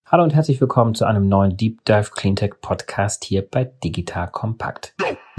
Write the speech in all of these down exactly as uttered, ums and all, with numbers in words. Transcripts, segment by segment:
Hallo und herzlich willkommen zu einem neuen Deep Dive Cleantech Podcast hier bei Digital Compact.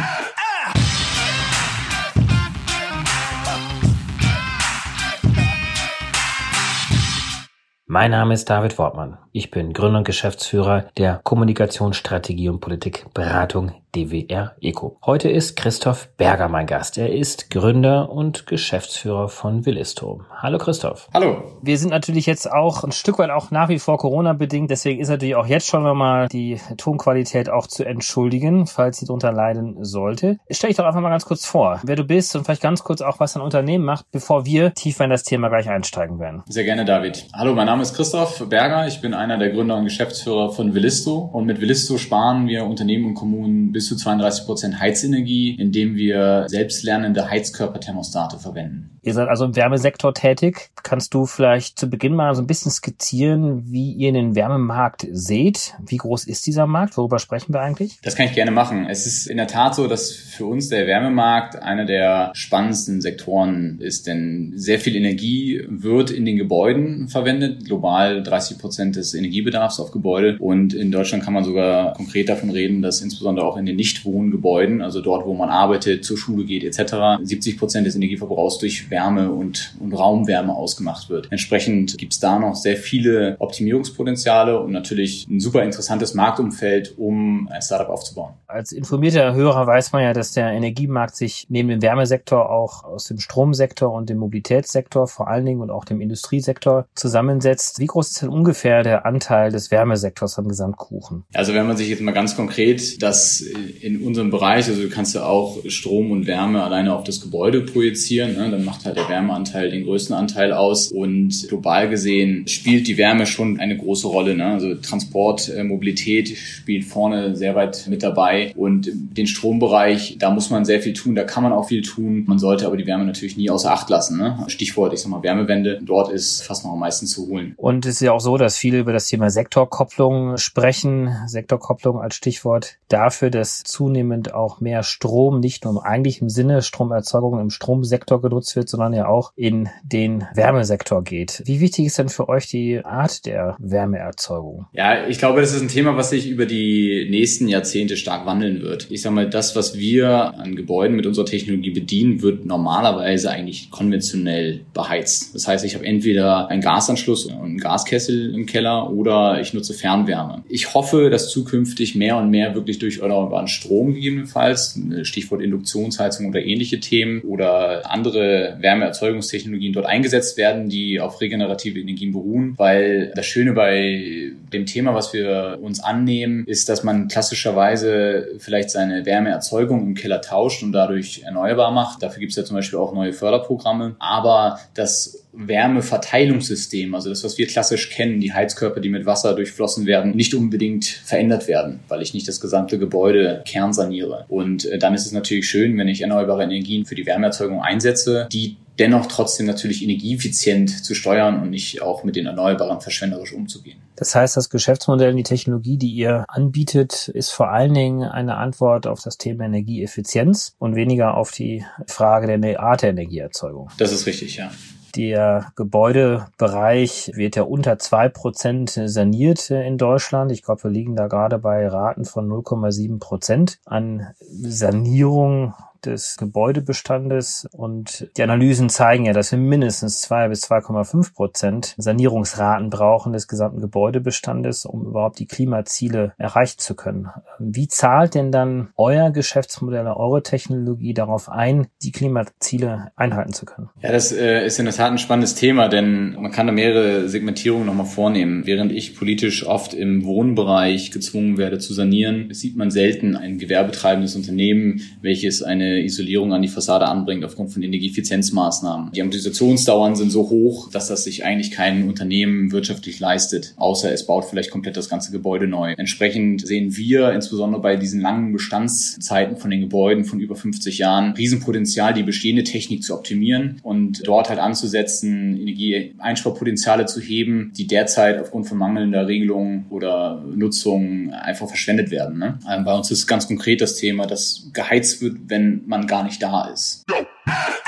Mein Name ist David Wortmann. Ich bin Gründer und Geschäftsführer der Kommunikationsstrategie und Politikberatung D W R Eco. Heute ist Christoph Berger mein Gast. Er ist Gründer und Geschäftsführer von Willisto. Hallo Christoph. Hallo. Wir sind natürlich jetzt auch ein Stück weit auch nach wie vor Corona-bedingt. Deswegen ist natürlich auch jetzt schon nochmal die Tonqualität auch zu entschuldigen, falls sie darunter leiden sollte. Stell dich doch einfach mal ganz kurz vor, wer du bist und vielleicht ganz kurz auch, was dein Unternehmen macht, bevor wir tiefer in das Thema gleich einsteigen werden. Sehr gerne, David. Hallo, mein Name ist Christoph Berger. Ich bin einer der Gründer und Geschäftsführer von Willisto. Und mit Willisto sparen wir Unternehmen und Kommunen bis zu zweiunddreißig Prozent Heizenergie, indem wir selbstlernende Heizkörperthermostate verwenden. Ihr seid also im Wärmesektor tätig. Kannst du vielleicht zu Beginn mal so ein bisschen skizzieren, wie ihr den Wärmemarkt seht? Wie groß ist dieser Markt? Worüber sprechen wir eigentlich? Das kann ich gerne machen. Es ist in der Tat so, dass für uns der Wärmemarkt einer der spannendsten Sektoren ist, denn sehr viel Energie wird in den Gebäuden verwendet. Global dreißig Prozent des Energiebedarfs auf Gebäude. Und in Deutschland kann man sogar konkret davon reden, dass insbesondere auch in den Nichtwohngebäuden, also dort, wo man arbeitet, zur Schule geht et cetera, siebzig Prozent des Energieverbrauchs durch Wärme und, und Raumwärme ausgemacht wird. Entsprechend gibt es da noch sehr viele Optimierungspotenziale und natürlich ein super interessantes Marktumfeld, um ein Startup aufzubauen. Als informierter Hörer weiß man ja, dass der Energiemarkt sich neben dem Wärmesektor auch aus dem Stromsektor und dem Mobilitätssektor vor allen Dingen und auch dem Industriesektor zusammensetzt. Wie groß ist denn ungefähr der Anteil des Wärmesektors am Gesamtkuchen? Also wenn man sich jetzt mal ganz konkret das in unserem Bereich, also du kannst ja auch Strom und Wärme alleine auf das Gebäude projizieren, ne? Dann macht halt der Wärmeanteil den größten Anteil aus und global gesehen spielt die Wärme schon eine große Rolle, ne? Also Transport, äh, Mobilität spielt vorne sehr weit mit dabei und den Strombereich, da muss man sehr viel tun, da kann man auch viel tun. Man sollte aber die Wärme natürlich nie außer Acht lassen, ne? Stichwort, ich sag mal Wärmewende, dort ist fast noch am meisten zu holen. Und es ist ja auch so, dass viele über das Thema Sektorkopplung sprechen. Sektorkopplung als Stichwort dafür, dass zunehmend auch mehr Strom nicht nur im eigentlichen Sinne Stromerzeugung im Stromsektor genutzt wird, sondern ja auch in den Wärmesektor geht. Wie wichtig ist denn für euch die Art der Wärmeerzeugung? Ja, ich glaube, das ist ein Thema, was sich über die nächsten Jahrzehnte stark wandeln wird. Ich sage mal, das, was wir an Gebäuden mit unserer Technologie bedienen, wird normalerweise eigentlich konventionell beheizt. Das heißt, ich habe entweder einen Gasanschluss und einen Gaskessel im Keller oder ich nutze Fernwärme. Ich hoffe, dass zukünftig mehr und mehr wirklich durch erneuerbaren Strom gegebenenfalls, Stichwort Induktionsheizung oder ähnliche Themen oder andere Wärmeerzeugungstechnologien dort eingesetzt werden, die auf regenerative Energien beruhen, weil das Schöne bei dem Thema, was wir uns annehmen, ist, dass man klassischerweise vielleicht seine Wärmeerzeugung im Keller tauscht und dadurch erneuerbar macht. Dafür gibt es ja zum Beispiel auch neue Förderprogramme. Aber das Wärmeverteilungssystem, also das, was wir klassisch kennen, die Heizkörper, die mit Wasser durchflossen werden, nicht unbedingt verändert werden, weil ich nicht das gesamte Gebäude kernsaniere. Und äh, dann ist es natürlich schön, wenn ich erneuerbare Energien für die Wärmeerzeugung einsetze, die dennoch trotzdem natürlich energieeffizient zu steuern und nicht auch mit den Erneuerbaren verschwenderisch umzugehen. Das heißt, das Geschäftsmodell und die Technologie, die ihr anbietet, ist vor allen Dingen eine Antwort auf das Thema Energieeffizienz und weniger auf die Frage der Art der Energieerzeugung. Das ist richtig, ja. Der Gebäudebereich wird ja unter zwei Prozent saniert in Deutschland. Ich glaube, wir liegen da gerade bei Raten von null Komma sieben Prozent an Sanierung des Gebäudebestandes und die Analysen zeigen ja, dass wir mindestens zwei bis zwei Komma fünf Prozent Sanierungsraten brauchen des gesamten Gebäudebestandes, um überhaupt die Klimaziele erreichen zu können. Wie zahlt denn dann euer Geschäftsmodell, eure Technologie darauf ein, die Klimaziele einhalten zu können? Ja, das äh, ist in der Tat ein spannendes Thema, denn man kann da mehrere Segmentierungen nochmal vornehmen. Während ich politisch oft im Wohnbereich gezwungen werde zu sanieren, sieht man selten ein gewerbetreibendes Unternehmen, welches eine Isolierung an die Fassade anbringt aufgrund von Energieeffizienzmaßnahmen. Die Amortisationsdauern sind so hoch, dass das sich eigentlich kein Unternehmen wirtschaftlich leistet, außer es baut vielleicht komplett das ganze Gebäude neu. Entsprechend sehen wir insbesondere bei diesen langen Bestandszeiten von den Gebäuden von über fünfzig Jahren Riesenpotenzial, die bestehende Technik zu optimieren und dort halt anzusetzen, Energieeinsparpotenziale zu heben, die derzeit aufgrund von mangelnder Regelung oder Nutzung einfach verschwendet werden. Ne? Bei uns ist ganz konkret das Thema, dass geheizt wird, wenn man gar nicht da ist.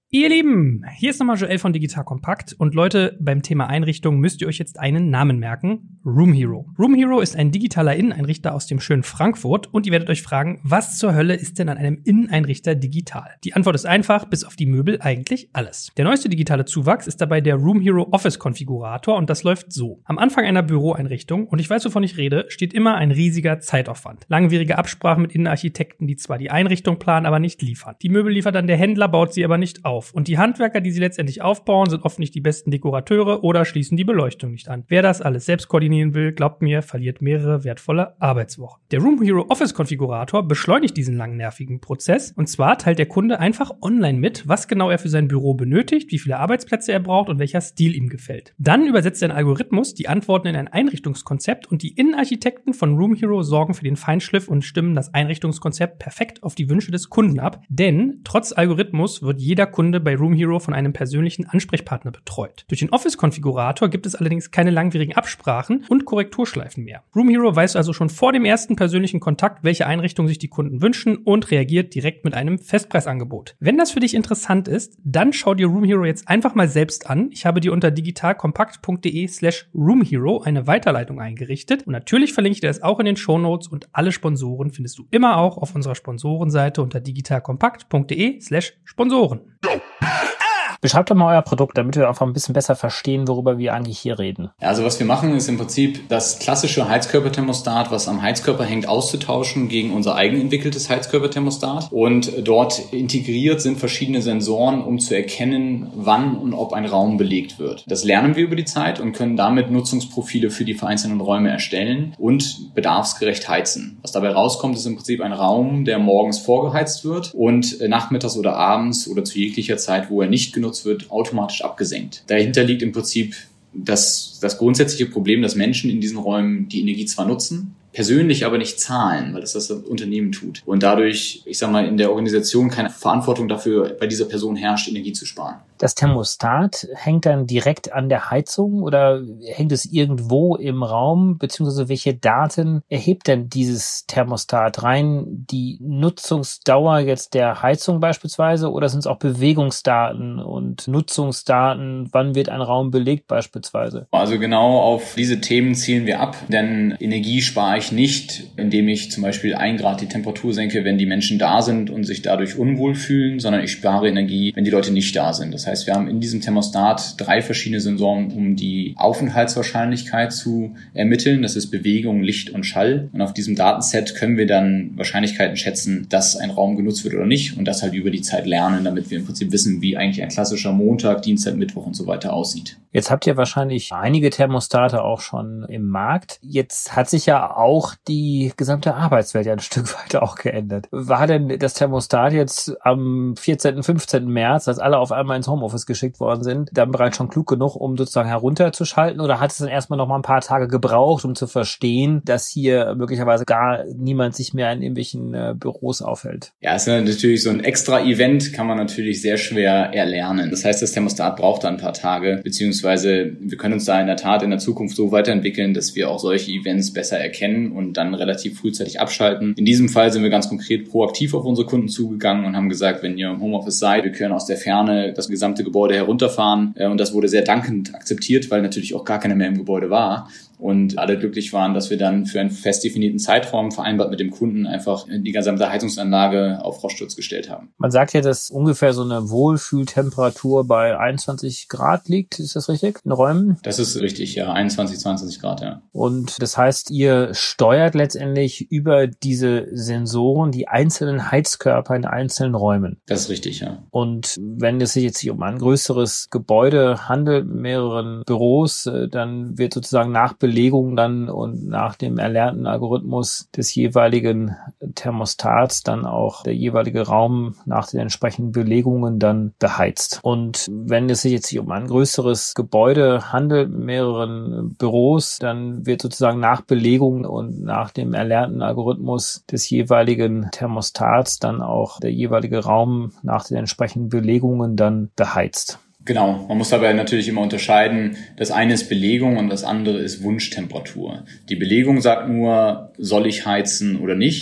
Ihr Lieben, hier ist nochmal Joel von Digital Compact und Leute, beim Thema Einrichtung müsst ihr euch jetzt einen Namen merken: Room Hero. Room Hero ist ein digitaler Inneneinrichter aus dem schönen Frankfurt und ihr werdet euch fragen, was zur Hölle ist denn an einem Inneneinrichter digital? Die Antwort ist einfach, bis auf die Möbel eigentlich alles. Der neueste digitale Zuwachs ist dabei der Room Hero Office Konfigurator und das läuft so. Am Anfang einer Büroeinrichtung, und ich weiß, wovon ich rede, steht immer ein riesiger Zeitaufwand. Langwierige Absprachen mit Innenarchitekten, die zwar die Einrichtung planen, aber nicht liefern. Die Möbel liefert dann der Händler, baut sie aber nicht auf. Und die Handwerker, die sie letztendlich aufbauen, sind oft nicht die besten Dekorateure oder schließen die Beleuchtung nicht an. Wer das alles selbst koordinieren will, glaubt mir, verliert mehrere wertvolle Arbeitswochen. Der Room Hero Office Konfigurator beschleunigt diesen langen, nervigen Prozess. Und zwar teilt der Kunde einfach online mit, was genau er für sein Büro benötigt, wie viele Arbeitsplätze er braucht und welcher Stil ihm gefällt. Dann übersetzt ein Algorithmus die Antworten in ein Einrichtungskonzept und die Innenarchitekten von Room Hero sorgen für den Feinschliff und stimmen das Einrichtungskonzept perfekt auf die Wünsche des Kunden ab. Denn trotz Algorithmus wird jeder Kunde bei Room Hero von einem persönlichen Ansprechpartner betreut. Durch den Office-Konfigurator gibt es allerdings keine langwierigen Absprachen und Korrekturschleifen mehr. Room Hero weiß also schon vor dem ersten persönlichen Kontakt, welche Einrichtung sich die Kunden wünschen und reagiert direkt mit einem Festpreisangebot. Wenn das für dich interessant ist, dann schau dir Room Hero jetzt einfach mal selbst an. Ich habe dir unter digitalkompakt.de slash roomhero eine Weiterleitung eingerichtet und natürlich verlinke ich dir das auch in den Shownotes und alle Sponsoren findest du immer auch auf unserer Sponsorenseite unter digitalkompakt.de slash Sponsoren. Beschreibt doch mal euer Produkt, damit wir einfach ein bisschen besser verstehen, worüber wir eigentlich hier reden. Also was wir machen, ist im Prinzip das klassische Heizkörperthermostat, was am Heizkörper hängt, auszutauschen gegen unser eigenentwickeltes Heizkörperthermostat. Und dort integriert sind verschiedene Sensoren, um zu erkennen, wann und ob ein Raum belegt wird. Das lernen wir über die Zeit und können damit Nutzungsprofile für die vereinzelten Räume erstellen und bedarfsgerecht heizen. Was dabei rauskommt, ist im Prinzip ein Raum, der morgens vorgeheizt wird und nachmittags oder abends oder zu jeglicher Zeit, wo er nicht genutzt wird, automatisch abgesenkt. Dahinter liegt im Prinzip das, das grundsätzliche Problem, dass Menschen in diesen Räumen die Energie zwar nutzen, persönlich aber nicht zahlen, weil das das Unternehmen tut. Und dadurch, ich sag mal, in der Organisation keine Verantwortung dafür bei dieser Person herrscht, Energie zu sparen. Das Thermostat hängt dann direkt an der Heizung oder hängt es irgendwo im Raum, beziehungsweise welche Daten erhebt denn dieses Thermostat? Rein die Nutzungsdauer jetzt der Heizung beispielsweise oder sind es auch Bewegungsdaten und Nutzungsdaten? Wann wird ein Raum belegt beispielsweise? Also genau auf diese Themen zielen wir ab, denn Energie spare ich nicht, indem ich zum Beispiel ein Grad die Temperatur senke, wenn die Menschen da sind und sich dadurch unwohl fühlen, sondern ich spare Energie, wenn die Leute nicht da sind. Das heißt, wir haben in diesem Thermostat drei verschiedene Sensoren, um die Aufenthaltswahrscheinlichkeit zu ermitteln. Das ist Bewegung, Licht und Schall. Und auf diesem Datenset können wir dann Wahrscheinlichkeiten schätzen, dass ein Raum genutzt wird oder nicht und das halt über die Zeit lernen, damit wir im Prinzip wissen, wie eigentlich ein klassischer Montag, Dienstag, Mittwoch und so weiter aussieht. Jetzt habt ihr wahrscheinlich einige Thermostate auch schon im Markt. Jetzt hat sich ja auch die gesamte Arbeitswelt ja ein Stück weit auch geändert. War denn das Thermostat jetzt am vierzehnten, fünfzehnten März, als alle auf einmal ins Homeoffice geschickt worden sind, dann bereits schon klug genug, um sozusagen herunterzuschalten? Oder hat es dann erstmal noch mal ein paar Tage gebraucht, um zu verstehen, dass hier möglicherweise gar niemand sich mehr in irgendwelchen äh, Büros aufhält? Ja, es ist natürlich so ein Extra-Event, kann man natürlich sehr schwer erlernen. Das heißt, das Thermostat braucht da ein paar Tage, beziehungsweise wir können uns da in der Tat in der Zukunft so weiterentwickeln, dass wir auch solche Events besser erkennen und dann relativ frühzeitig abschalten. In diesem Fall sind wir ganz konkret proaktiv auf unsere Kunden zugegangen und haben gesagt, wenn ihr im Homeoffice seid, wir können aus der Ferne das gesamte Gebäude herunterfahren. Und das wurde sehr dankend akzeptiert, weil natürlich auch gar keiner mehr im Gebäude war. Und alle glücklich waren, dass wir dann für einen fest definierten Zeitraum vereinbart mit dem Kunden einfach die gesamte Heizungsanlage auf Froststurz gestellt haben. Man sagt ja, dass ungefähr so eine Wohlfühltemperatur bei einundzwanzig Grad liegt. Ist das richtig? In Räumen? Das ist richtig, ja. einundzwanzig, zweiundzwanzig Grad, ja. Und das heißt, ihr steuert letztendlich über diese Sensoren die einzelnen Heizkörper in einzelnen Räumen. Das ist richtig, ja. Und wenn es sich jetzt hier um ein größeres Gebäude handelt, mit mehreren Büros, dann wird sozusagen nach Belegung dann und nach dem erlernten Algorithmus des jeweiligen Thermostats dann auch der jeweilige Raum nach den entsprechenden Belegungen dann beheizt. Und wenn es sich jetzt hier um ein größeres Gebäude handelt, mit mehreren Büros, dann wird sozusagen nach Belegung und nach dem erlernten Algorithmus des jeweiligen Thermostats dann auch der jeweilige Raum nach den entsprechenden Belegungen dann beheizt. Genau, man muss dabei natürlich immer unterscheiden, das eine ist Belegung und das andere ist Wunschtemperatur. Die Belegung sagt nur, soll ich heizen oder nicht?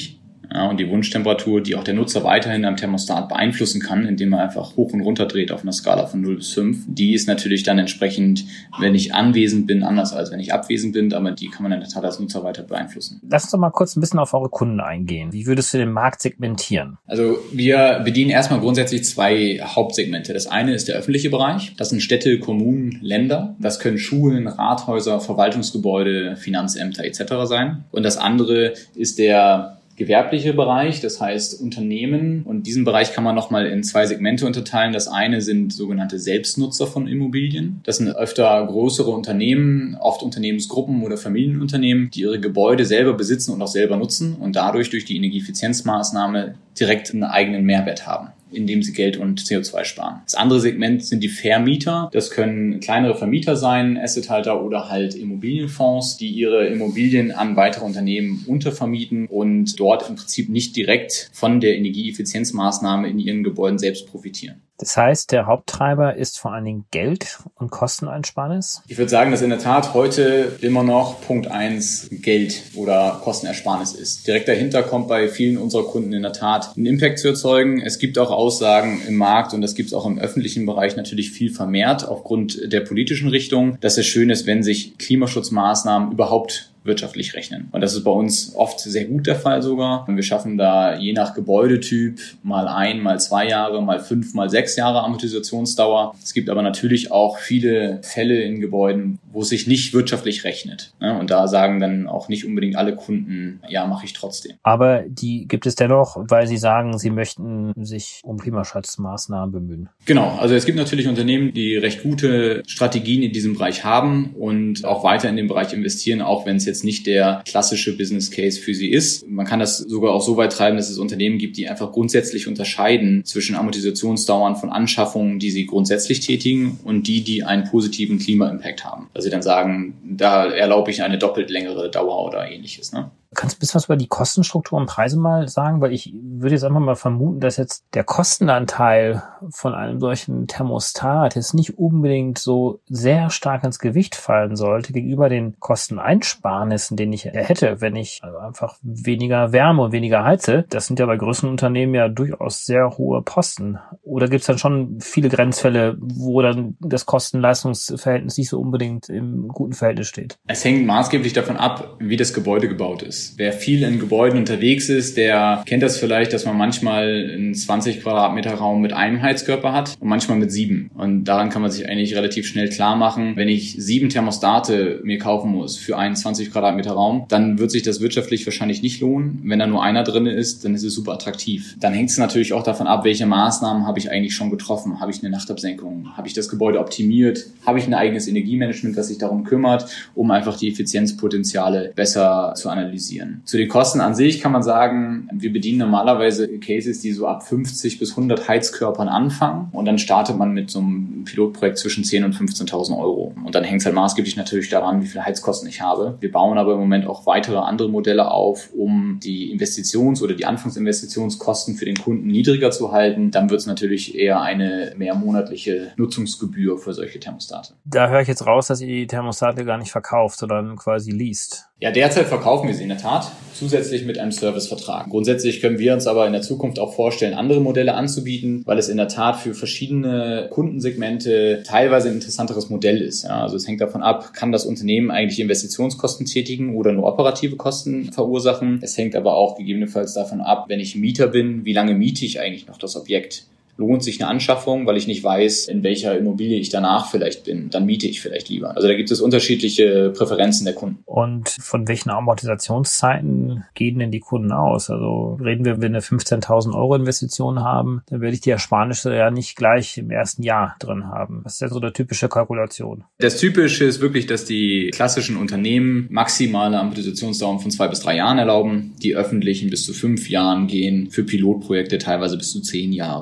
Ja, und die Wunschtemperatur, die auch der Nutzer weiterhin am Thermostat beeinflussen kann, indem er einfach hoch und runter dreht auf einer Skala von null bis fünf, die ist natürlich dann entsprechend, wenn ich anwesend bin, anders als wenn ich abwesend bin, aber die kann man in der Tat als Nutzer weiter beeinflussen. Lass uns doch mal kurz ein bisschen auf eure Kunden eingehen. Wie würdest du den Markt segmentieren? Also wir bedienen erstmal grundsätzlich zwei Hauptsegmente. Das eine ist der öffentliche Bereich. Das sind Städte, Kommunen, Länder. Das können Schulen, Rathäuser, Verwaltungsgebäude, Finanzämter et cetera sein. Und das andere ist der gewerbliche Bereich, das heißt Unternehmen. Und diesen Bereich kann man nochmal in zwei Segmente unterteilen. Das eine sind sogenannte Selbstnutzer von Immobilien. Das sind öfter größere Unternehmen, oft Unternehmensgruppen oder Familienunternehmen, die ihre Gebäude selber besitzen und auch selber nutzen und dadurch durch die Energieeffizienzmaßnahme direkt einen eigenen Mehrwert haben, indem sie Geld und C O zwei sparen. Das andere Segment sind die Vermieter. Das können kleinere Vermieter sein, Assethalter oder halt Immobilienfonds, die ihre Immobilien an weitere Unternehmen untervermieten und dort im Prinzip nicht direkt von der Energieeffizienzmaßnahme in ihren Gebäuden selbst profitieren. Das heißt, der Haupttreiber ist vor allen Dingen Geld und Kosteneinsparnis? Ich würde sagen, dass in der Tat heute immer noch Punkt eins Geld oder Kostenersparnis ist. Direkt dahinter kommt bei vielen unserer Kunden in der Tat einen Impact zu erzeugen. Es gibt auch Aussagen im Markt und das gibt es auch im öffentlichen Bereich natürlich viel vermehrt aufgrund der politischen Richtung, dass es schön ist, wenn sich Klimaschutzmaßnahmen überhaupt wirtschaftlich rechnen. Und das ist bei uns oft sehr gut der Fall sogar. Wir schaffen da je nach Gebäudetyp mal ein, mal zwei Jahre, mal fünf, mal sechs Jahre Amortisationsdauer. Es gibt aber natürlich auch viele Fälle in Gebäuden, wo es sich nicht wirtschaftlich rechnet. Und da sagen dann auch nicht unbedingt alle Kunden, ja, mache ich trotzdem. Aber die gibt es dennoch, weil sie sagen, sie möchten sich um Klimaschutzmaßnahmen bemühen. Genau, also es gibt natürlich Unternehmen, die recht gute Strategien in diesem Bereich haben und auch weiter in den Bereich investieren, auch wenn es jetzt nicht der klassische Business Case für sie ist. Man kann das sogar auch so weit treiben, dass es Unternehmen gibt, die einfach grundsätzlich unterscheiden zwischen Amortisationsdauern von Anschaffungen, die sie grundsätzlich tätigen und die, die einen positiven Klima-Impact haben. Dass sie dann sagen, da erlaube ich eine doppelt längere Dauer oder ähnliches, ne? Kannst du ein bisschen was über die Kostenstruktur und Preise mal sagen? Weil ich würde jetzt einfach mal vermuten, dass jetzt der Kostenanteil von einem solchen Thermostat jetzt nicht unbedingt so sehr stark ins Gewicht fallen sollte gegenüber den Kosteneinsparnissen, den ich hätte, wenn ich einfach weniger Wärme und weniger heize. Das sind ja bei größeren Unternehmen ja durchaus sehr hohe Posten. Oder gibt es dann schon viele Grenzfälle, wo dann das Kosten-Leistungs-Verhältnis nicht so unbedingt im guten Verhältnis steht? Es hängt maßgeblich davon ab, wie das Gebäude gebaut ist. Wer viel in Gebäuden unterwegs ist, der kennt das vielleicht, dass man manchmal einen zwanzig Quadratmeter Raum mit einem Heizkörper hat und manchmal mit sieben. Und daran kann man sich eigentlich relativ schnell klar machen, wenn ich sieben Thermostate mir kaufen muss für einen zwanzig Quadratmeter Raum, dann wird sich das wirtschaftlich wahrscheinlich nicht lohnen. Wenn da nur einer drin ist, dann ist es super attraktiv. Dann hängt es natürlich auch davon ab, welche Maßnahmen habe ich eigentlich schon getroffen. Habe ich eine Nachtabsenkung? Habe ich das Gebäude optimiert? Habe ich ein eigenes Energiemanagement, das sich darum kümmert, um einfach die Effizienzpotenziale besser zu analysieren? Zu den Kosten an sich kann man sagen, wir bedienen normalerweise Cases, die so ab fünfzig bis hundert Heizkörpern anfangen und dann startet man mit so einem Pilotprojekt zwischen zehntausend und fünfzehntausend Euro. Und dann hängt es halt maßgeblich natürlich daran, wie viele Heizkosten ich habe. Wir bauen aber im Moment auch weitere andere Modelle auf, um die Investitions- oder die Anfangsinvestitionskosten für den Kunden niedriger zu halten. Dann wird es natürlich eher eine mehrmonatliche Nutzungsgebühr für solche Thermostate. Da höre ich jetzt raus, dass ihr die Thermostate gar nicht verkauft, sondern quasi least. Ja, derzeit verkaufen wir sie in der Tat, zusätzlich mit einem Servicevertrag. Grundsätzlich können wir uns aber in der Zukunft auch vorstellen, andere Modelle anzubieten, weil es in der Tat für verschiedene Kundensegmente teilweise ein interessanteres Modell ist. Ja, also es hängt davon ab, kann das Unternehmen eigentlich Investitionskosten tätigen oder nur operative Kosten verursachen. Es hängt aber auch gegebenenfalls davon ab, wenn ich Mieter bin, wie lange miete ich eigentlich noch das Objekt? Lohnt sich eine Anschaffung, weil ich nicht weiß, in welcher Immobilie ich danach vielleicht bin, dann miete ich vielleicht lieber. Also da gibt es unterschiedliche Präferenzen der Kunden. Und von welchen Amortisationszeiten gehen denn die Kunden aus? Also reden wir, wenn wir eine fünfzehntausend Euro Investition haben, dann werde ich die Ersparnisse ja nicht gleich im ersten Jahr drin haben. Was ist denn so eine typische Kalkulation? Das Typische ist wirklich, dass die klassischen Unternehmen maximale Amortisationsdauern von zwei bis drei Jahren erlauben, die öffentlichen bis zu fünf Jahren gehen, für Pilotprojekte teilweise bis zu zehn Jahre. Aber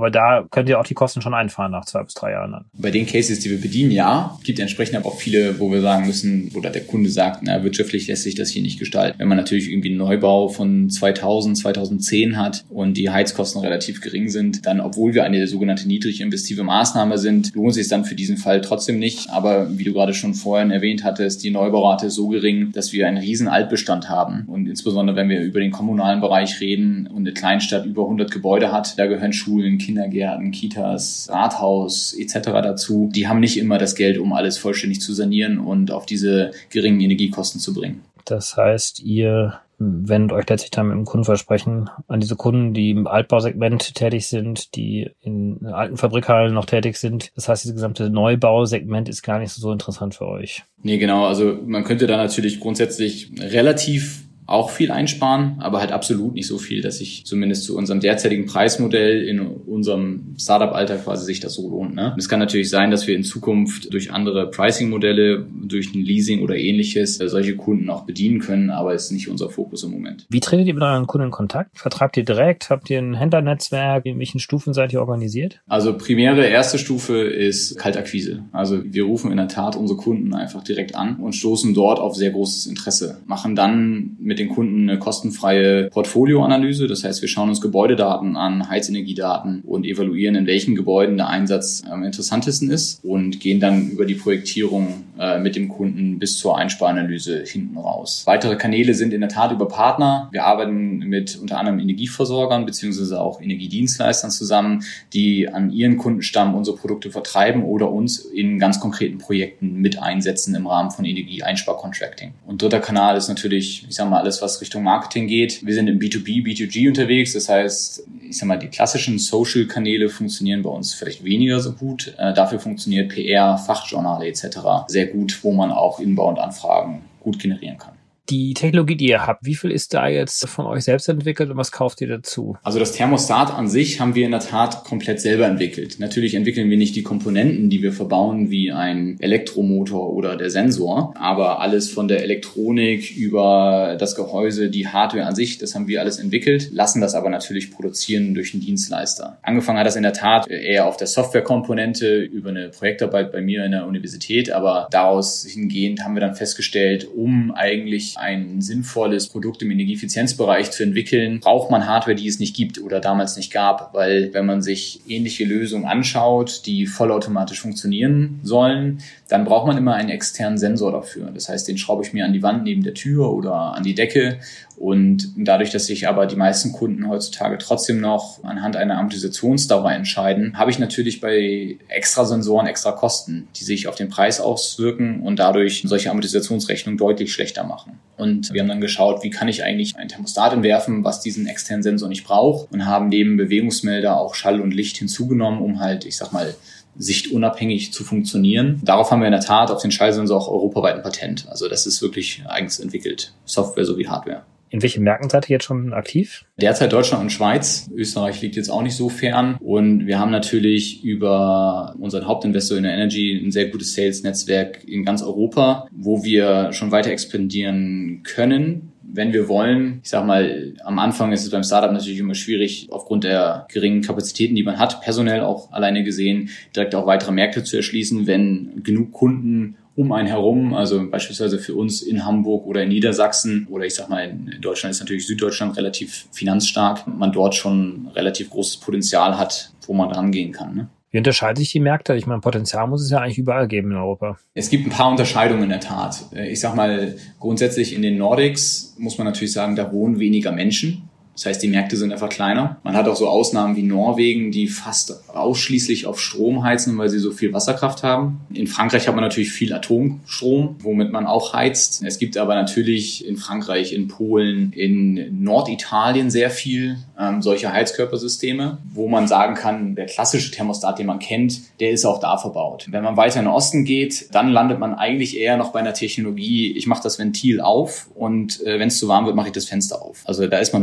aber da könnt ihr auch die Kosten schon einfahren nach zwei bis drei Jahren dann. Bei den Cases, die wir bedienen, ja. Es gibt entsprechend aber auch viele, wo wir sagen müssen, oder der Kunde sagt, na, wirtschaftlich lässt sich das hier nicht gestalten. Wenn man natürlich irgendwie einen Neubau von zweitausend, zweitausendzehn hat und die Heizkosten relativ gering sind, dann, obwohl wir eine sogenannte niedrig investive Maßnahme sind, lohnt sich es dann für diesen Fall trotzdem nicht. Aber wie du gerade schon vorhin erwähnt hattest, die Neubaurate ist so gering, dass wir einen riesen Altbestand haben. Und insbesondere, wenn wir über den kommunalen Bereich reden und eine Kleinstadt über hundert Gebäude hat, da gehören Schulen, Kindergärten, Kitas, Rathaus et cetera dazu. Die haben nicht immer das Geld, um alles vollständig zu sanieren und auf diese geringen Energiekosten zu bringen. Das heißt, ihr wendet euch letztlich dann mit dem Kundenversprechen an diese Kunden, die im Altbausegment tätig sind, die in alten Fabrikhallen noch tätig sind. Das heißt, dieses gesamte Neubausegment ist gar nicht so interessant für euch. Nee, genau. Also man könnte da natürlich grundsätzlich relativ auch viel einsparen, aber halt absolut nicht so viel, dass sich zumindest zu unserem derzeitigen Preismodell in unserem Startup-Alter quasi sich das so lohnt. Ne? Es kann natürlich sein, dass wir in Zukunft durch andere Pricing-Modelle, durch ein Leasing oder ähnliches solche Kunden auch bedienen können, aber ist nicht unser Fokus im Moment. Wie tretet ihr mit euren Kunden in Kontakt? Vertreibt ihr direkt? Habt ihr ein Händlernetzwerk? In welchen Stufen seid ihr organisiert? Also primäre erste Stufe ist Kaltakquise. Also wir rufen in der Tat unsere Kunden einfach direkt an und stoßen dort auf sehr großes Interesse. Machen dann mit den Kunden eine kostenfreie Portfolioanalyse. Das heißt, wir schauen uns Gebäudedaten an, Heizenergiedaten und evaluieren, in welchen Gebäuden der Einsatz am interessantesten ist und gehen dann über die Projektierung äh, mit dem Kunden bis zur Einsparanalyse hinten raus. Weitere Kanäle sind in der Tat über Partner. Wir arbeiten mit unter anderem Energieversorgern beziehungsweise auch Energiedienstleistern zusammen, die an ihren Kundenstamm unsere Produkte vertreiben oder uns in ganz konkreten Projekten mit einsetzen im Rahmen von Energieeinsparcontracting. Und dritter Kanal ist natürlich, ich sage mal, alles, was Richtung Marketing geht. Wir sind im B zwei B, B zwei G unterwegs. Das heißt, ich sag mal, die klassischen Social-Kanäle funktionieren bei uns vielleicht weniger so gut. Äh, dafür funktioniert P R, Fachjournale et cetera sehr gut, wo man auch Inbound-Anfragen gut generieren kann. Die Technologie, die ihr habt, wie viel ist da jetzt von euch selbst entwickelt und was kauft ihr dazu? Also das Thermostat an sich haben wir in der Tat komplett selber entwickelt. Natürlich entwickeln wir nicht die Komponenten, die wir verbauen, wie ein Elektromotor oder der Sensor, aber alles von der Elektronik über das Gehäuse, die Hardware an sich, das haben wir alles entwickelt, lassen das aber natürlich produzieren durch einen Dienstleister. Angefangen hat das in der Tat eher auf der Softwarekomponente über eine Projektarbeit bei mir in der Universität, aber daraus hingehend haben wir dann festgestellt, um eigentlich ein sinnvolles Produkt im Energieeffizienzbereich zu entwickeln, braucht man Hardware, die es nicht gibt oder damals nicht gab, weil wenn man sich ähnliche Lösungen anschaut, die vollautomatisch funktionieren sollen, dann braucht man immer einen externen Sensor dafür. Das heißt, den schraube ich mir an die Wand neben der Tür oder an die Decke. Und dadurch, dass sich aber die meisten Kunden heutzutage trotzdem noch anhand einer Amortisationsdauer entscheiden, habe ich natürlich bei extra Sensoren extra Kosten, die sich auf den Preis auswirken und dadurch solche Amortisationsrechnungen deutlich schlechter machen. Und wir haben dann geschaut, wie kann ich eigentlich ein Thermostat entwerfen, was diesen externen Sensor nicht braucht, und haben neben Bewegungsmelder auch Schall und Licht hinzugenommen, um halt, ich sag mal, sichtunabhängig zu funktionieren. Darauf haben wir in der Tat auf den Schallsensor auch europaweit ein Patent. Also das ist wirklich eigens entwickelt, Software sowie Hardware. In welchen Märkten seid ihr jetzt schon aktiv? Derzeit Deutschland und Schweiz. Österreich liegt jetzt auch nicht so fern. Und wir haben natürlich über unseren Hauptinvestor in der Energy ein sehr gutes Sales-Netzwerk in ganz Europa, wo wir schon weiter expandieren können, wenn wir wollen. Ich sag mal, am Anfang ist es beim Startup natürlich immer schwierig, aufgrund der geringen Kapazitäten, die man hat, personell auch alleine gesehen, direkt auch weitere Märkte zu erschließen, wenn genug Kunden um einen herum, also beispielsweise für uns in Hamburg oder in Niedersachsen oder ich sag mal, in Deutschland ist natürlich Süddeutschland relativ finanzstark, man dort schon relativ großes Potenzial hat, wo man rangehen kann, ne? Wie unterscheiden sich die Märkte? Ich meine, Potenzial muss es ja eigentlich überall geben in Europa. Es gibt ein paar Unterscheidungen in der Tat. Ich sag mal, grundsätzlich in den Nordics muss man natürlich sagen, da wohnen weniger Menschen. Das heißt, die Märkte sind einfach kleiner. Man hat auch so Ausnahmen wie Norwegen, die fast ausschließlich auf Strom heizen, weil sie so viel Wasserkraft haben. In Frankreich hat man natürlich viel Atomstrom, womit man auch heizt. Es gibt aber natürlich in Frankreich, in Polen, in Norditalien sehr viel ähm, solche Heizkörpersysteme, wo man sagen kann, der klassische Thermostat, den man kennt, der ist auch da verbaut. Wenn man weiter in den Osten geht, dann landet man eigentlich eher noch bei einer Technologie, ich mache das Ventil auf und äh, wenn es zu warm wird, mache ich das Fenster auf. Also da ist man noch nicht mal bei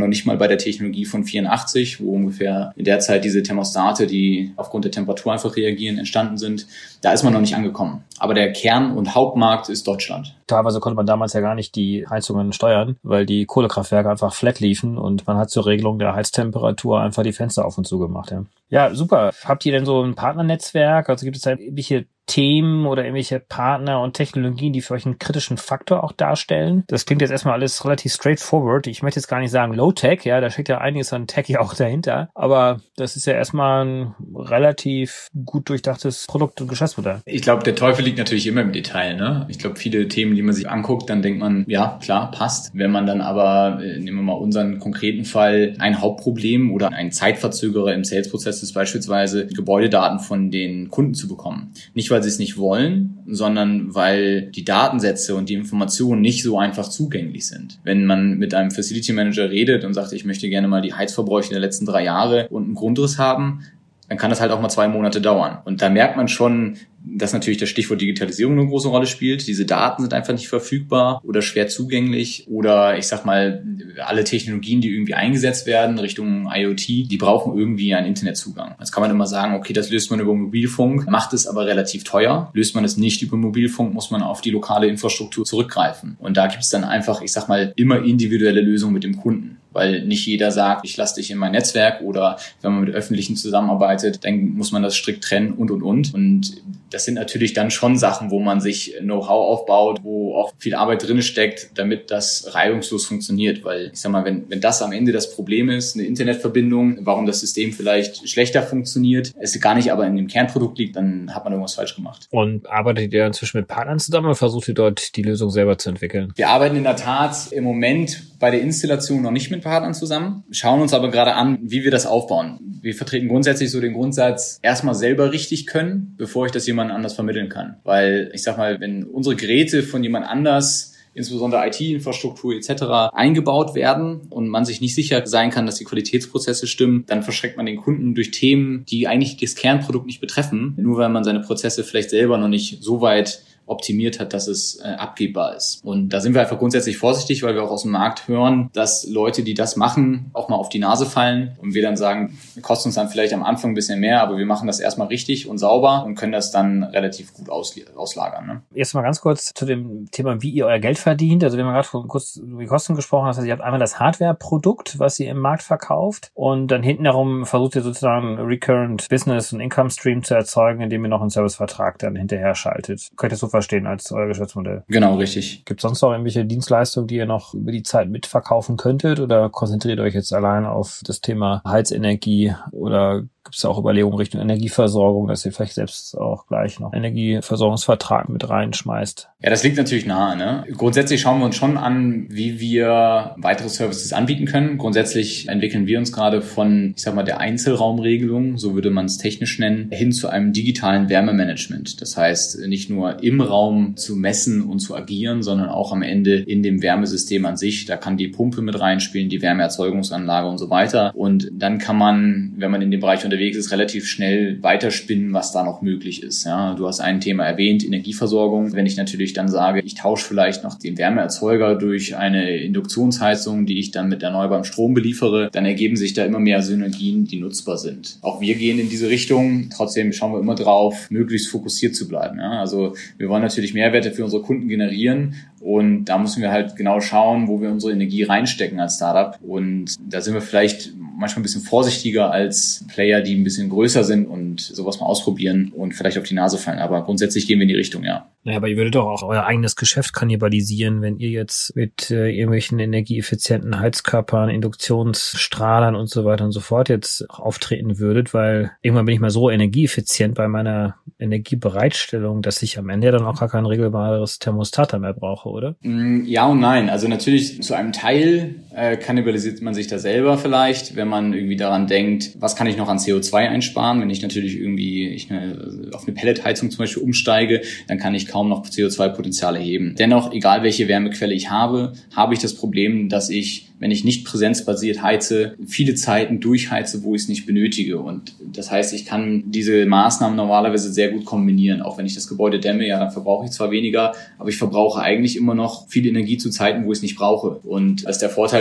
bei der Technologie von vierundachtzig, wo ungefähr in der Zeit diese Thermostate, die aufgrund der Temperatur einfach reagieren, entstanden sind. Da ist man noch nicht angekommen. Aber der Kern- und Hauptmarkt ist Deutschland. Teilweise konnte man damals ja gar nicht die Heizungen steuern, weil die Kohlekraftwerke einfach flat liefen und man hat zur Regelung der Heiztemperatur einfach die Fenster auf und zu gemacht. Ja, ja, super. Habt ihr denn so ein Partnernetzwerk? Also gibt es da irgendwelche Themen oder irgendwelche Partner und Technologien, die für euch einen kritischen Faktor auch darstellen? Das klingt jetzt erstmal alles relativ straightforward. Ich möchte jetzt gar nicht sagen Low-Tech, ja, da steckt ja einiges an Tech ja auch dahinter. Aber das ist ja erstmal ein relativ gut durchdachtes Produkt- und Geschäftsmodell. Ich glaube, der Teufel liegt natürlich immer im Detail, ne? Ich glaube, viele Themen, die man sich anguckt, dann denkt man, ja, klar, passt. Wenn man dann aber, äh, nehmen wir mal unseren konkreten Fall, ein Hauptproblem oder ein Zeitverzögerer im Sales-Prozess ist beispielsweise, Gebäudedaten von den Kunden zu bekommen. Nicht, weil sie es nicht wollen, sondern weil die Datensätze und die Informationen nicht so einfach zugänglich sind. Wenn man mit einem Facility Manager redet und sagt, ich möchte gerne mal die Heizverbräuche der letzten drei Jahre und einen Grundriss haben, dann kann das halt auch mal zwei Monate dauern. Und da merkt man schon, dass natürlich das Stichwort Digitalisierung eine große Rolle spielt. Diese Daten sind einfach nicht verfügbar oder schwer zugänglich. Oder ich sag mal, alle Technologien, die irgendwie eingesetzt werden Richtung IoT, die brauchen irgendwie einen Internetzugang. Jetzt kann man immer sagen, okay, das löst man über Mobilfunk, macht es aber relativ teuer. Löst man es nicht über Mobilfunk, muss man auf die lokale Infrastruktur zurückgreifen. Und da gibt es dann einfach, ich sag mal, immer individuelle Lösungen mit dem Kunden. Weil nicht jeder sagt, ich lasse dich in mein Netzwerk, oder wenn man mit Öffentlichen zusammenarbeitet, dann muss man das strikt trennen und, und, und. Und das sind natürlich dann schon Sachen, wo man sich Know-how aufbaut, wo auch viel Arbeit drin steckt, damit das reibungslos funktioniert. Weil ich sag mal, wenn, wenn das am Ende das Problem ist, eine Internetverbindung, warum das System vielleicht schlechter funktioniert, es gar nicht aber in dem Kernprodukt liegt, dann hat man irgendwas falsch gemacht. Und arbeitet ihr inzwischen mit Partnern zusammen oder versucht ihr dort die Lösung selber zu entwickeln? Wir arbeiten in der Tat im Moment bei der Installation noch nicht mit Partnern zusammen, schauen uns aber gerade an, wie wir das aufbauen. Wir vertreten grundsätzlich so den Grundsatz, erstmal selber richtig können, bevor ich das jemand anders vermitteln kann. Weil ich sag mal, wenn unsere Geräte von jemand anders, insbesondere I T-Infrastruktur et cetera, eingebaut werden und man sich nicht sicher sein kann, dass die Qualitätsprozesse stimmen, dann verschreckt man den Kunden durch Themen, die eigentlich das Kernprodukt nicht betreffen, nur weil man seine Prozesse vielleicht selber noch nicht so weit optimiert hat, dass es äh, abgebbar ist. Und da sind wir einfach grundsätzlich vorsichtig, weil wir auch aus dem Markt hören, dass Leute, die das machen, auch mal auf die Nase fallen und wir dann sagen, kostet uns dann vielleicht am Anfang ein bisschen mehr, aber wir machen das erstmal richtig und sauber und können das dann relativ gut ausl- auslagern. Ne? Jetzt mal ganz kurz zu dem Thema, wie ihr euer Geld verdient. Also wir haben gerade kurz über die Kosten gesprochen. Das heißt, ihr habt einmal das Hardware-Produkt, was ihr im Markt verkauft, und dann hinten herum versucht ihr sozusagen Recurrent Business und Income Stream zu erzeugen, indem ihr noch einen Servicevertrag dann hinterher schaltet. Könnt ihr so verstehen als euer Geschäftsmodell? Genau, richtig. Gibt es sonst noch irgendwelche Dienstleistungen, die ihr noch über die Zeit mitverkaufen könntet, oder konzentriert ihr euch jetzt allein auf das Thema Heizenergie, oder gibt es auch Überlegungen Richtung Energieversorgung, dass ihr vielleicht selbst auch gleich noch Energieversorgungsvertrag mit reinschmeißt? Ja, das liegt natürlich nahe. Ne? Grundsätzlich schauen wir uns schon an, wie wir weitere Services anbieten können. Grundsätzlich entwickeln wir uns gerade von, ich sag mal, der Einzelraumregelung, so würde man es technisch nennen, hin zu einem digitalen Wärmemanagement. Das heißt, nicht nur im Raum zu messen und zu agieren, sondern auch am Ende in dem Wärmesystem an sich. Da kann die Pumpe mit reinspielen, die Wärmeerzeugungsanlage und so weiter. Und dann kann man, wenn man in dem Bereich unterwegs ist, relativ schnell weiterspinnen, was da noch möglich ist. Ja, du hast ein Thema erwähnt, Energieversorgung. Wenn ich natürlich dann sage, ich tausche vielleicht noch den Wärmeerzeuger durch eine Induktionsheizung, die ich dann mit erneuerbarem Strom beliefere, dann ergeben sich da immer mehr Synergien, die nutzbar sind. Auch wir gehen in diese Richtung. Trotzdem schauen wir immer drauf, möglichst fokussiert zu bleiben. Ja, also wir wollen natürlich Mehrwerte für unsere Kunden generieren, und da müssen wir halt genau schauen, wo wir unsere Energie reinstecken als Startup. Und da sind wir vielleicht manchmal ein bisschen vorsichtiger als Player, die ein bisschen größer sind und sowas mal ausprobieren und vielleicht auf die Nase fallen. Aber grundsätzlich gehen wir in die Richtung, ja. Naja, aber ihr würdet doch auch euer eigenes Geschäft kannibalisieren, wenn ihr jetzt mit äh, irgendwelchen energieeffizienten Heizkörpern, Induktionsstrahlern und so weiter und so fort jetzt auftreten würdet, weil irgendwann bin ich mal so energieeffizient bei meiner Energiebereitstellung, dass ich am Ende dann auch gar kein regelbares Thermostat mehr brauche, oder? Ja und nein. Also natürlich zu einem Teil äh, kannibalisiert man sich da selber vielleicht, wenn man irgendwie daran denkt, was kann ich noch an C O zwei einsparen? Wenn ich natürlich irgendwie ich eine, auf eine Pelletheizung zum Beispiel umsteige, dann kann ich kaum noch C O zwei Potenzial erheben. Dennoch, egal welche Wärmequelle ich habe, habe ich das Problem, dass ich, wenn ich nicht präsenzbasiert heize, viele Zeiten durchheize, wo ich es nicht benötige. Und das heißt, ich kann diese Maßnahmen normalerweise sehr gut kombinieren. Auch wenn ich das Gebäude dämme, ja, dann verbrauche ich zwar weniger, aber ich verbrauche eigentlich immer noch viel Energie zu Zeiten, wo ich es nicht brauche. Und das ist der Vorteil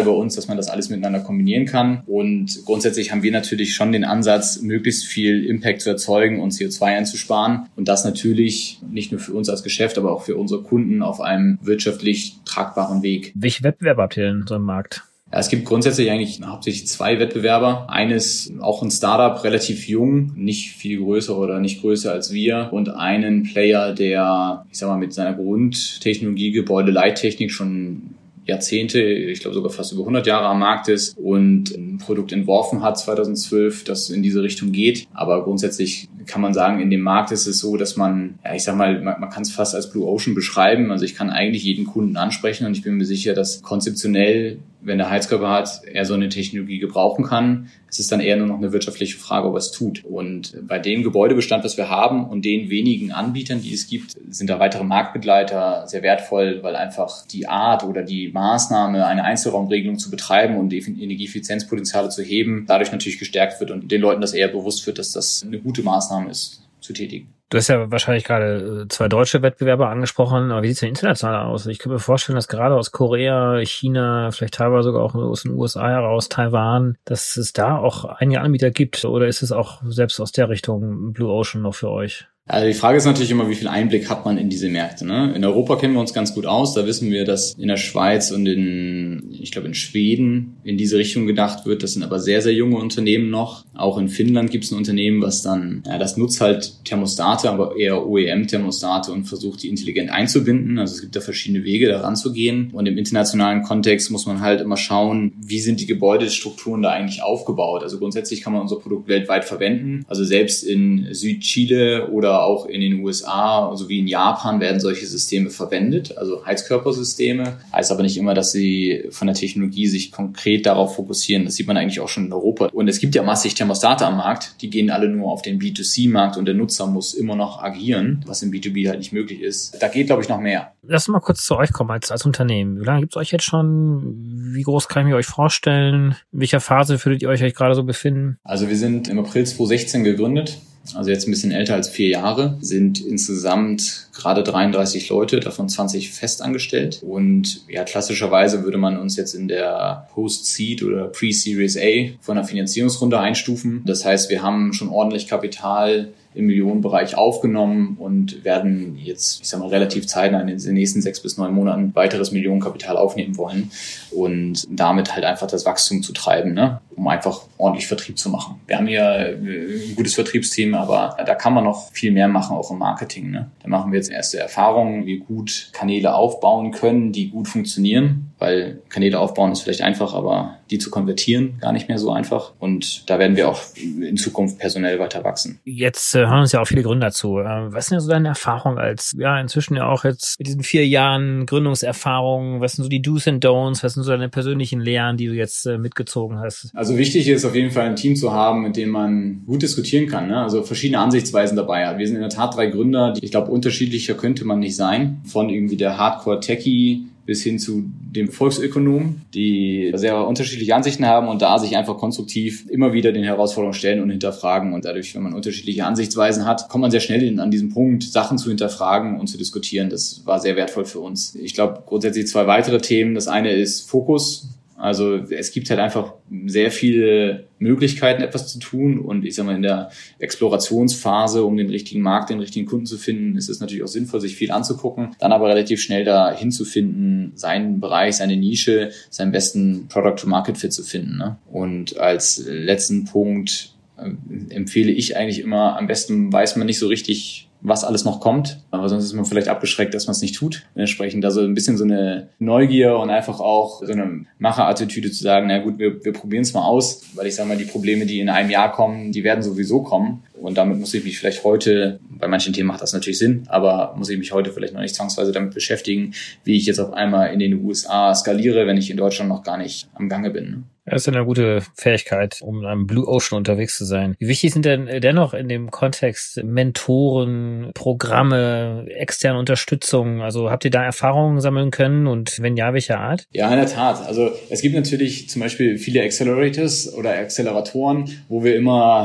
bei uns, dass man das alles miteinander kombinieren kann. Und grundsätzlich haben wir natürlich schon den Ansatz, möglichst viel Impact zu erzeugen und C O zwei einzusparen. Und das natürlich nicht nur für uns als Geschäft, aber auch für unsere Kunden auf einem wirtschaftlich tragbaren Weg. Welche Wettbewerber habt ihr denn so im Markt? Ja, es gibt grundsätzlich eigentlich hauptsächlich zwei Wettbewerber. Eines auch ein Startup, relativ jung, nicht viel größer oder nicht größer als wir. Und einen Player, der, ich sag mal, mit seiner Grundtechnologie, Gebäudeleittechnik schon Jahrzehnte, ich glaube sogar fast über hundert Jahre am Markt ist und ein Produkt entworfen hat zweitausendzwölf, das in diese Richtung geht. Aber grundsätzlich kann man sagen, in dem Markt ist es so, dass man, ja, ich sag mal, man, man kann es fast als Blue Ocean beschreiben. Also ich kann eigentlich jeden Kunden ansprechen und ich bin mir sicher, dass konzeptionell, wenn der Heizkörper hat, er so eine Technologie gebrauchen kann. Es ist dann eher nur noch eine wirtschaftliche Frage, ob er es tut. Und bei dem Gebäudebestand, was wir haben und den wenigen Anbietern, die es gibt, sind da weitere Marktbegleiter sehr wertvoll, weil einfach die Art oder die Maßnahme, eine Einzelraumregelung zu betreiben und Energieeffizienzpotenziale zu heben, dadurch natürlich gestärkt wird und den Leuten das eher bewusst wird, dass das eine gute Maßnahme ist, zu tätigen. Du hast ja wahrscheinlich gerade zwei deutsche Wettbewerber angesprochen, aber wie sieht es denn international aus? Ich könnte mir vorstellen, dass gerade aus Korea, China, vielleicht teilweise sogar auch aus den U S A heraus, Taiwan, dass es da auch einige Anbieter gibt, oder ist es auch selbst aus der Richtung Blue Ocean noch für euch? Also die Frage ist natürlich immer, wie viel Einblick hat man in diese Märkte, ne? In Europa kennen wir uns ganz gut aus. Da wissen wir, dass in der Schweiz und in, ich glaube in Schweden in diese Richtung gedacht wird. Das sind aber sehr, sehr junge Unternehmen noch. Auch in Finnland gibt es ein Unternehmen, was dann, ja, das nutzt halt Thermostate, aber eher O E M-Thermostate und versucht, die intelligent einzubinden. Also es gibt da verschiedene Wege, da ranzugehen. Und im internationalen Kontext muss man halt immer schauen, wie sind die Gebäudestrukturen da eigentlich aufgebaut. Also grundsätzlich kann man unser Produkt weltweit verwenden. Also selbst in Südchile oder auch in den U S A sowie in Japan werden solche Systeme verwendet, also Heizkörpersysteme. Heißt aber nicht immer, dass sie von der Technologie sich konkret darauf fokussieren. Das sieht man eigentlich auch schon in Europa. Und es gibt ja massig Thermostate am Markt, die gehen alle nur auf den B zwei C-Markt und der Nutzer muss immer noch agieren, was im B zwei B halt nicht möglich ist. Da geht, glaube ich, noch mehr. Lass mal kurz zu euch kommen als, als Unternehmen. Wie lange gibt es euch jetzt schon? Wie groß kann ich mir euch vorstellen? In welcher Phase würdet ihr euch gerade so befinden? Also wir sind im April zweitausendsechzehn gegründet. Also jetzt ein bisschen älter als vier Jahre, sind insgesamt gerade dreiunddreißig Leute, davon zwanzig festangestellt. Und ja, klassischerweise würde man uns jetzt in der Post-Seed oder Pre-Series A von einer Finanzierungsrunde einstufen. Das heißt, wir haben schon ordentlich Kapital im Millionenbereich aufgenommen und werden jetzt, ich sag mal, relativ zeitnah in den nächsten sechs bis neun Monaten weiteres Millionenkapital aufnehmen wollen und damit halt einfach das Wachstum zu treiben, ne? Um einfach ordentlich Vertrieb zu machen. Wir haben hier ein gutes Vertriebsteam, aber da kann man noch viel mehr machen, auch im Marketing, ne? Da machen wir jetzt erste Erfahrungen, wie gut Kanäle aufbauen können, die gut funktionieren, weil Kanäle aufbauen ist vielleicht einfach, aber die zu konvertieren gar nicht mehr so einfach. Und da werden wir auch in Zukunft personell weiter wachsen. Jetzt äh, hören uns ja auch viele Gründer zu. Äh, was sind denn so deine Erfahrungen als, ja, inzwischen ja auch jetzt mit diesen vier Jahren Gründungserfahrung? Was sind so die Do's and Don'ts? Was sind so deine persönlichen Lehren, die du jetzt äh, mitgezogen hast? Also wichtig ist auf jeden Fall ein Team zu haben, mit dem man gut diskutieren kann, ne? Also verschiedene Ansichtsweisen dabei hat. Wir sind in der Tat drei Gründer, die, ich glaube, unterschiedlicher könnte man nicht sein. Von irgendwie der Hardcore-Techie bis hin zu dem Volksökonom, die sehr unterschiedliche Ansichten haben und da sich einfach konstruktiv immer wieder den Herausforderungen stellen und hinterfragen. Und dadurch, wenn man unterschiedliche Ansichtsweisen hat, kommt man sehr schnell in, an diesen Punkt, Sachen zu hinterfragen und zu diskutieren. Das war sehr wertvoll für uns. Ich glaube, grundsätzlich zwei weitere Themen. Das eine ist Fokus. Also es gibt halt einfach sehr viele Möglichkeiten, etwas zu tun. Und ich sag mal, in der Explorationsphase, um den richtigen Markt, den richtigen Kunden zu finden, ist es natürlich auch sinnvoll, sich viel anzugucken. Dann aber relativ schnell da hinzufinden, seinen Bereich, seine Nische, seinen besten Product-to-Market-Fit zu finden, ne? Und als letzten Punkt äh, empfehle ich eigentlich immer, am besten weiß man nicht so richtig, was alles noch kommt, aber sonst ist man vielleicht abgeschreckt, dass man es nicht tut. Entsprechend also ein bisschen so eine Neugier und einfach auch so eine Macherattitüde zu sagen, na gut, wir, wir probieren es mal aus, weil ich sage mal, die Probleme, die in einem Jahr kommen, die werden sowieso kommen und damit muss ich mich vielleicht heute, bei manchen Themen macht das natürlich Sinn, aber muss ich mich heute vielleicht noch nicht zwangsweise damit beschäftigen, wie ich jetzt auf einmal in den U S A skaliere, wenn ich in Deutschland noch gar nicht am Gange bin. Das ist eine gute Fähigkeit, um in einem Blue Ocean unterwegs zu sein. Wie wichtig sind denn dennoch in dem Kontext Mentoren, Programme, externe Unterstützung? Also habt ihr da Erfahrungen sammeln können und wenn ja, welcher Art? Ja, in der Tat. Also es gibt natürlich zum Beispiel viele Accelerators oder Acceleratoren, wo wir immer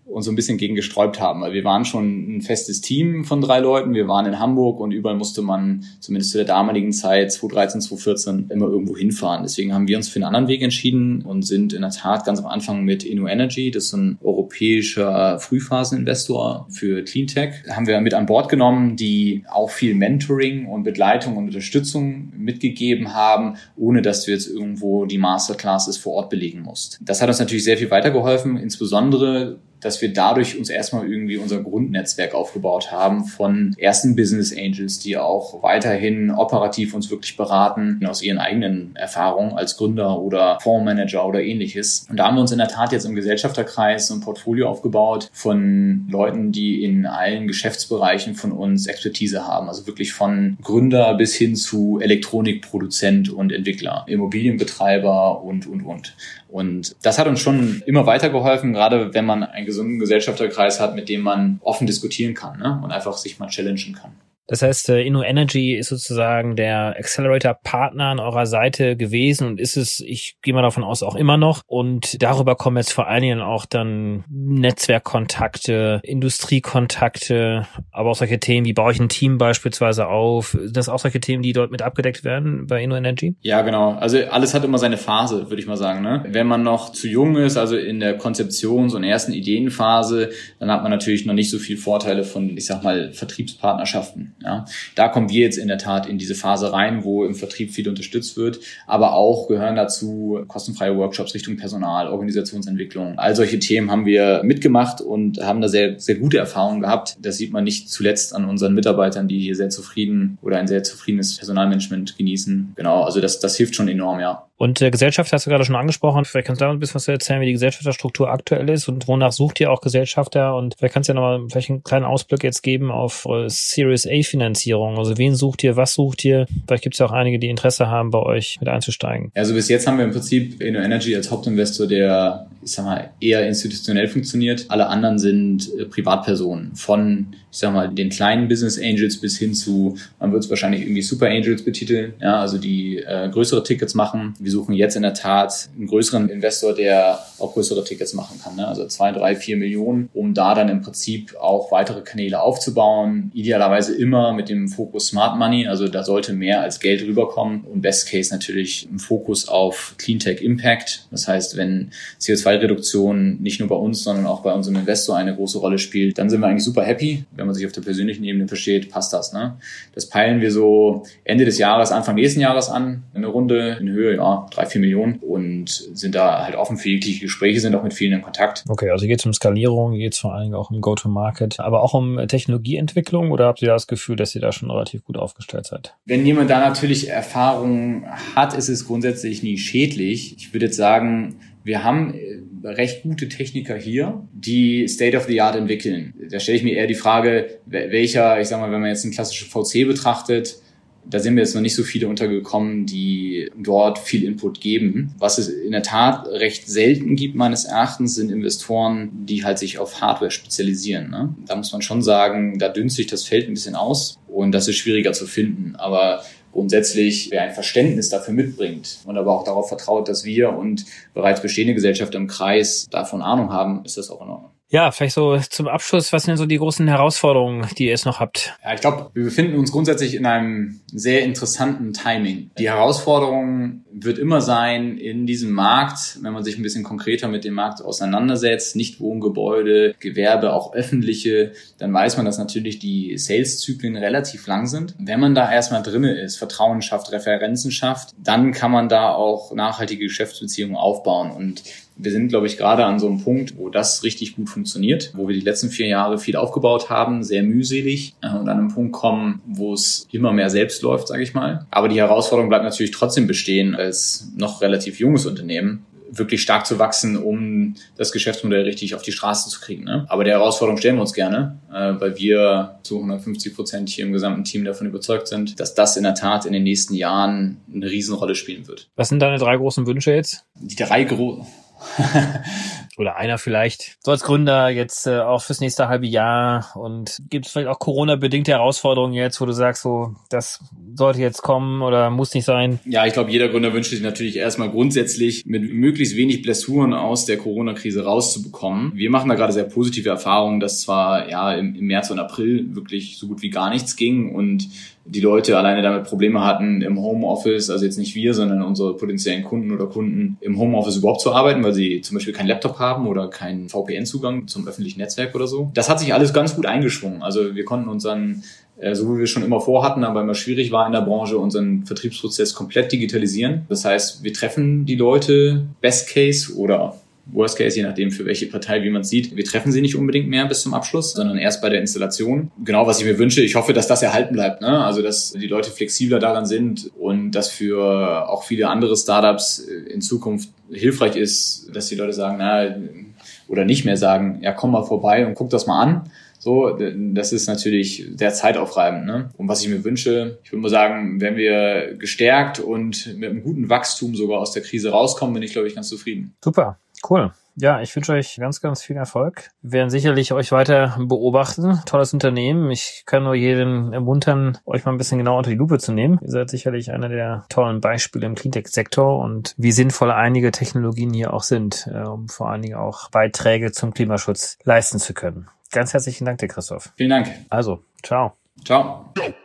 uns so ein bisschen gegen gesträubt haben, weil wir waren schon ein festes Team von drei Leuten, wir waren in Hamburg und überall musste man, zumindest zu der damaligen Zeit, zwanzig dreizehn, zwanzig vierzehn, immer irgendwo hinfahren. Deswegen haben wir uns für einen anderen Weg entschieden und sind in der Tat ganz am Anfang mit InnoEnergy, das ist ein europäischer Frühphaseninvestor für Cleantech, haben wir mit an Bord genommen, die auch viel Mentoring und Begleitung und Unterstützung mitgegeben haben, ohne dass du jetzt irgendwo die Masterclasses vor Ort belegen musst. Das hat uns natürlich sehr viel weitergeholfen, insbesondere dass wir dadurch uns erstmal irgendwie unser Grundnetzwerk aufgebaut haben von ersten Business Angels, die auch weiterhin operativ uns wirklich beraten aus ihren eigenen Erfahrungen als Gründer oder Fondsmanager oder ähnliches. Und da haben wir uns in der Tat jetzt im Gesellschafterkreis so ein Portfolio aufgebaut von Leuten, die in allen Geschäftsbereichen von uns Expertise haben. Also wirklich von Gründer bis hin zu Elektronikproduzent und Entwickler, Immobilienbetreiber und, und, und. Und das hat uns schon immer weitergeholfen, gerade wenn man einen gesunden Gesellschafterkreis hat, mit dem man offen diskutieren kann, ne? Und einfach sich mal challengen kann. Das heißt, InnoEnergy ist sozusagen der Accelerator-Partner an eurer Seite gewesen und ist es, ich gehe mal davon aus, auch immer noch. Und darüber kommen jetzt vor allen Dingen auch dann Netzwerkkontakte, Industriekontakte, aber auch solche Themen, wie baue ich ein Team beispielsweise auf. Sind das auch solche Themen, die dort mit abgedeckt werden bei InnoEnergy? Ja, genau. Also alles hat immer seine Phase, würde ich mal sagen, ne? Wenn man noch zu jung ist, also in der Konzeption, so in der ersten Ideenphase, dann hat man natürlich noch nicht so viel Vorteile von, ich sag mal, Vertriebspartnerschaften. Ja, da kommen wir jetzt in der Tat in diese Phase rein, wo im Vertrieb viel unterstützt wird, aber auch gehören dazu kostenfreie Workshops Richtung Personal, Organisationsentwicklung. All solche Themen haben wir mitgemacht und haben da sehr, sehr gute Erfahrungen gehabt. Das sieht man nicht zuletzt an unseren Mitarbeitern, die hier sehr zufrieden oder ein sehr zufriedenes Personalmanagement genießen. Genau, also das, das hilft schon enorm, ja. Und äh, Gesellschaft hast du gerade schon angesprochen. Vielleicht kannst du da ein bisschen was erzählen, wie die Gesellschafterstruktur aktuell ist und wonach sucht ihr auch Gesellschafter? Und vielleicht kannst du ja nochmal vielleicht einen kleinen Ausblick jetzt geben auf eure Series A Finanzierung. Also wen sucht ihr, was sucht ihr? Vielleicht gibt es ja auch einige, die Interesse haben, bei euch mit einzusteigen. Also bis jetzt haben wir im Prinzip InnoEnergy als Hauptinvestor, der, ich sag mal, eher institutionell funktioniert. Alle anderen sind äh, Privatpersonen von, ich sag mal, den kleinen Business Angels bis hin zu, man wird es wahrscheinlich irgendwie Super Angels betiteln, ja, also die äh, größere Tickets machen. Wir suchen jetzt in der Tat einen größeren Investor, der auch größere Tickets machen kann, ne? Also zwei, drei, vier Millionen, um da dann im Prinzip auch weitere Kanäle aufzubauen. Idealerweise immer mit dem Fokus Smart Money, also da sollte mehr als Geld rüberkommen und Best Case natürlich ein Fokus auf Cleantech Impact. Das heißt, wenn C O zwei Reduktion nicht nur bei uns, sondern auch bei unserem Investor eine große Rolle spielt, dann sind wir eigentlich super happy. Wenn man sich auf der persönlichen Ebene versteht, passt das, ne? Das peilen wir so Ende des Jahres, Anfang nächsten Jahres an, eine Runde in Höhe, ja, drei, vier Millionen und sind da halt offen für jegliche Gespräche, sind auch mit vielen in Kontakt. Okay, also geht es um Skalierung, geht es vor allen Dingen auch um Go-to-Market, aber auch um Technologieentwicklung oder habt ihr da das Gefühl, dass ihr da schon relativ gut aufgestellt seid? Wenn jemand da natürlich Erfahrung hat, ist es grundsätzlich nie schädlich. Ich würde jetzt sagen, wir haben recht gute Techniker hier, die State of the Art entwickeln. Da stelle ich mir eher die Frage, welcher, ich sag mal, wenn man jetzt einen klassischen V C betrachtet, da sind mir jetzt noch nicht so viele untergekommen, die dort viel Input geben. Was es in der Tat recht selten gibt, meines Erachtens, sind Investoren, die halt sich auf Hardware spezialisieren, ne? Da muss man schon sagen, da dünnt sich das Feld ein bisschen aus und das ist schwieriger zu finden. Aber grundsätzlich, wer ein Verständnis dafür mitbringt und aber auch darauf vertraut, dass wir und bereits bestehende Gesellschafter im Kreis davon Ahnung haben, ist das auch in Ordnung. Ja, vielleicht so zum Abschluss, was sind denn so die großen Herausforderungen, die ihr jetzt noch habt? Ja, ich glaube, wir befinden uns grundsätzlich in einem sehr interessanten Timing. Die Herausforderung wird immer sein, in diesem Markt, wenn man sich ein bisschen konkreter mit dem Markt auseinandersetzt, nicht Wohngebäude, Gewerbe, auch öffentliche, dann weiß man, dass natürlich die Sales-Zyklen relativ lang sind. Wenn man da erstmal drinne ist, Vertrauen schafft, Referenzen schafft, dann kann man da auch nachhaltige Geschäftsbeziehungen aufbauen. Und wir sind, glaube ich, gerade an so einem Punkt, wo das richtig gut funktioniert, wo wir die letzten vier Jahre viel aufgebaut haben, sehr mühselig und an einem Punkt kommen, wo es immer mehr selbst läuft, sage ich mal. Aber die Herausforderung bleibt natürlich trotzdem bestehen, als noch relativ junges Unternehmen wirklich stark zu wachsen, um das Geschäftsmodell richtig auf die Straße zu kriegen, ne? Aber der Herausforderung stellen wir uns gerne, äh, weil wir zu hundertfünfzig Prozent hier im gesamten Team davon überzeugt sind, dass das in der Tat in den nächsten Jahren eine Riesenrolle spielen wird. Was sind deine drei großen Wünsche jetzt? Die drei großen... oder einer vielleicht, so als Gründer jetzt äh, auch fürs nächste halbe Jahr, und gibt es vielleicht auch Corona-bedingte Herausforderungen jetzt, wo du sagst, so, das sollte jetzt kommen oder muss nicht sein? Ja, ich glaube, jeder Gründer wünscht sich natürlich erstmal grundsätzlich, mit möglichst wenig Blessuren aus der Corona-Krise rauszubekommen. Wir machen da gerade sehr positive Erfahrungen, dass zwar ja im, im März und April wirklich so gut wie gar nichts ging und die Leute alleine damit Probleme hatten, im Homeoffice, also jetzt nicht wir, sondern unsere potenziellen Kunden oder Kunden, im Homeoffice überhaupt zu arbeiten, weil sie zum Beispiel keinen Laptop haben oder keinen V P N-Zugang zum öffentlichen Netzwerk oder so. Das hat sich alles ganz gut eingeschwungen. Also wir konnten uns dann, so wie wir schon immer vorhatten, aber immer schwierig war in der Branche, unseren Vertriebsprozess komplett digitalisieren. Das heißt, wir treffen die Leute, Best Case oder Worst Case, je nachdem für welche Partei, wie man es sieht. Wir treffen sie nicht unbedingt mehr bis zum Abschluss, sondern erst bei der Installation. Genau, was ich mir wünsche, ich hoffe, dass das erhalten bleibt, ne? Also, dass die Leute flexibler daran sind und dass für auch viele andere Startups in Zukunft hilfreich ist, dass die Leute sagen, na, oder nicht mehr sagen, ja, komm mal vorbei und guck das mal an. So, das ist natürlich sehr zeitaufreibend, ne? Und was ich mir wünsche, ich würde mal sagen, wenn wir gestärkt und mit einem guten Wachstum sogar aus der Krise rauskommen, bin ich, glaube ich, ganz zufrieden. Super, cool. Ja, ich wünsche euch ganz, ganz viel Erfolg. Wir werden sicherlich euch weiter beobachten. Tolles Unternehmen. Ich kann nur jeden ermuntern, euch mal ein bisschen genauer unter die Lupe zu nehmen. Ihr seid sicherlich einer der tollen Beispiele im Cleantech-Sektor und wie sinnvoll einige Technologien hier auch sind, um vor allen Dingen auch Beiträge zum Klimaschutz leisten zu können. Ganz herzlichen Dank dir, Christoph. Vielen Dank. Also, ciao. Ciao.